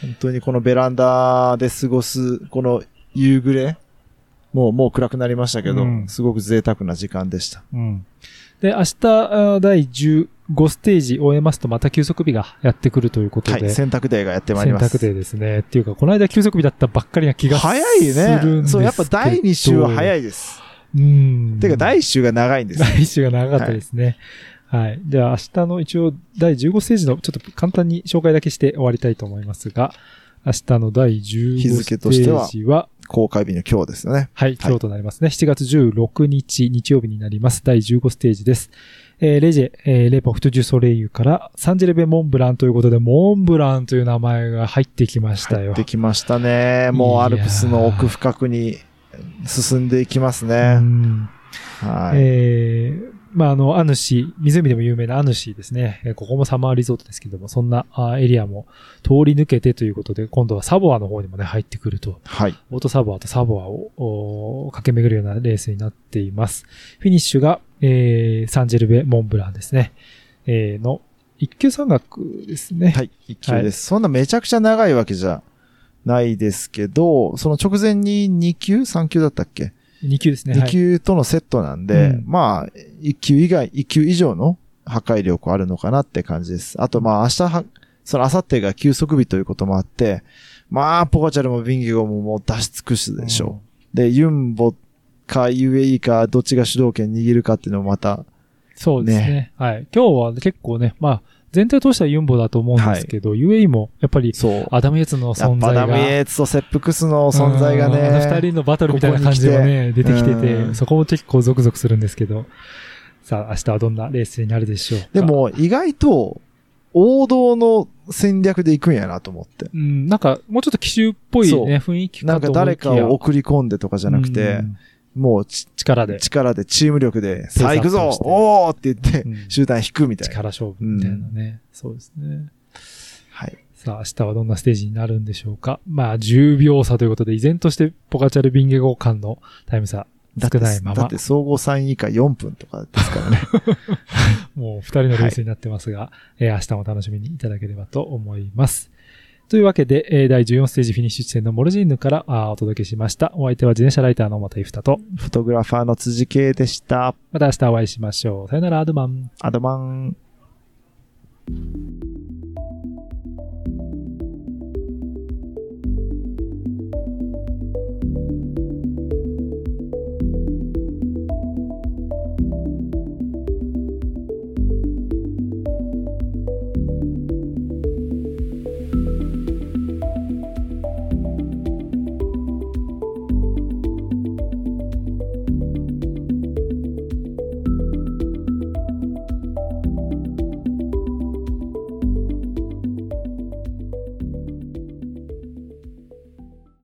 Speaker 1: 本当にこのベランダで過ごす、この夕暮れ、もう暗くなりましたけど、すごく贅沢な時間でした。
Speaker 2: うん。で、明日、第15ステージ終えますとまた休息日がやってくるということで。
Speaker 1: はい、選択デーがやってまいります。
Speaker 2: 選択デーですね。っていうか、この間休息日だったばっかりな気がするんですけど。
Speaker 1: 早いね。そう、やっぱ第2週は早いです。てか、第1週が長いんです。
Speaker 2: 第1週が長かったですね。はい。では、明日の一応、第15ステージの、ちょっと簡単に紹介だけして終わりたいと思いますが、明日の第15ステージは、
Speaker 1: 公開日の今日ですよね。
Speaker 2: はい、今日となりますね。7月16日、日曜日になります。第15ステージです。レジェ、レポフトジュソレイユからサンジェルベモンブランということで、モンブランという名前が入ってきましたよ。
Speaker 1: 入ってきましたね。もうアルプスの奥深くに進んでいきますね。
Speaker 2: はい。まあ、アヌシ、湖でも有名なアヌシですね。ここもサマーリゾートですけども、そんなエリアも通り抜けてということで、今度はサボアの方にもね、入ってくると。はい。オートサボアとサボアを駆け巡るようなレースになっています。フィニッシュが、サンジェルベ・モンブランですね。の、一級山岳ですね。
Speaker 1: はい、一級です。はい、そんなめちゃくちゃ長いわけじゃないですけど、その直前に2級 ?3 級だったっけ
Speaker 2: 2級ですね。
Speaker 1: 2級とのセットなんで、まあ、1級以上の破壊力あるのかなって感じです。あとまあ明日、その明後日が休息日ということもあって、まあ、ポガチャルもビンゲゴももう出し尽くすでしょう。で、ユンボか UAE かどっちが主導権握るかっていうのもまた、
Speaker 2: そうですね。はい。今日は結構ね、まあ、全体としてはユンボだと思うんですけど、UAE もやっぱりアダム・イエツの存在が。
Speaker 1: アダム・イエツとセップクスの存在がね。
Speaker 2: 二人のバトルみたいな感じでね、出てきてて、そこも結構ゾクゾクするんですけど、さあ明日はどんなレースになるでしょうか。
Speaker 1: でも意外と王道の戦略で行くんやなと思って。
Speaker 2: なんかもうちょっと奇襲っぽいね、雰囲気かと思いきや。
Speaker 1: なんか誰かを送り込んでとかじゃなくて、もう力で、チーム力で、さあ行くぞおーって言って、集団引くみたいな。
Speaker 2: 力勝負みたいなね。そうですね。
Speaker 1: はい。
Speaker 2: さあ、明日はどんなステージになるんでしょうか。まあ、10秒差ということで、依然としてポカチャル・ビンゲゴ間のタイム差少ないまま。
Speaker 1: だって総合3位以下4分とかですからね。
Speaker 2: もう2人のレースになってますが、明日も楽しみにいただければと思います。というわけで、第14ステージフィニッシュ地点のモルジーヌからお届けしました。お相手は自転車ライターの又井ふたと、
Speaker 1: フォトグラファーの辻圭でした。
Speaker 2: また明日お会いしましょう。さよなら、アドマン。
Speaker 1: アドマン。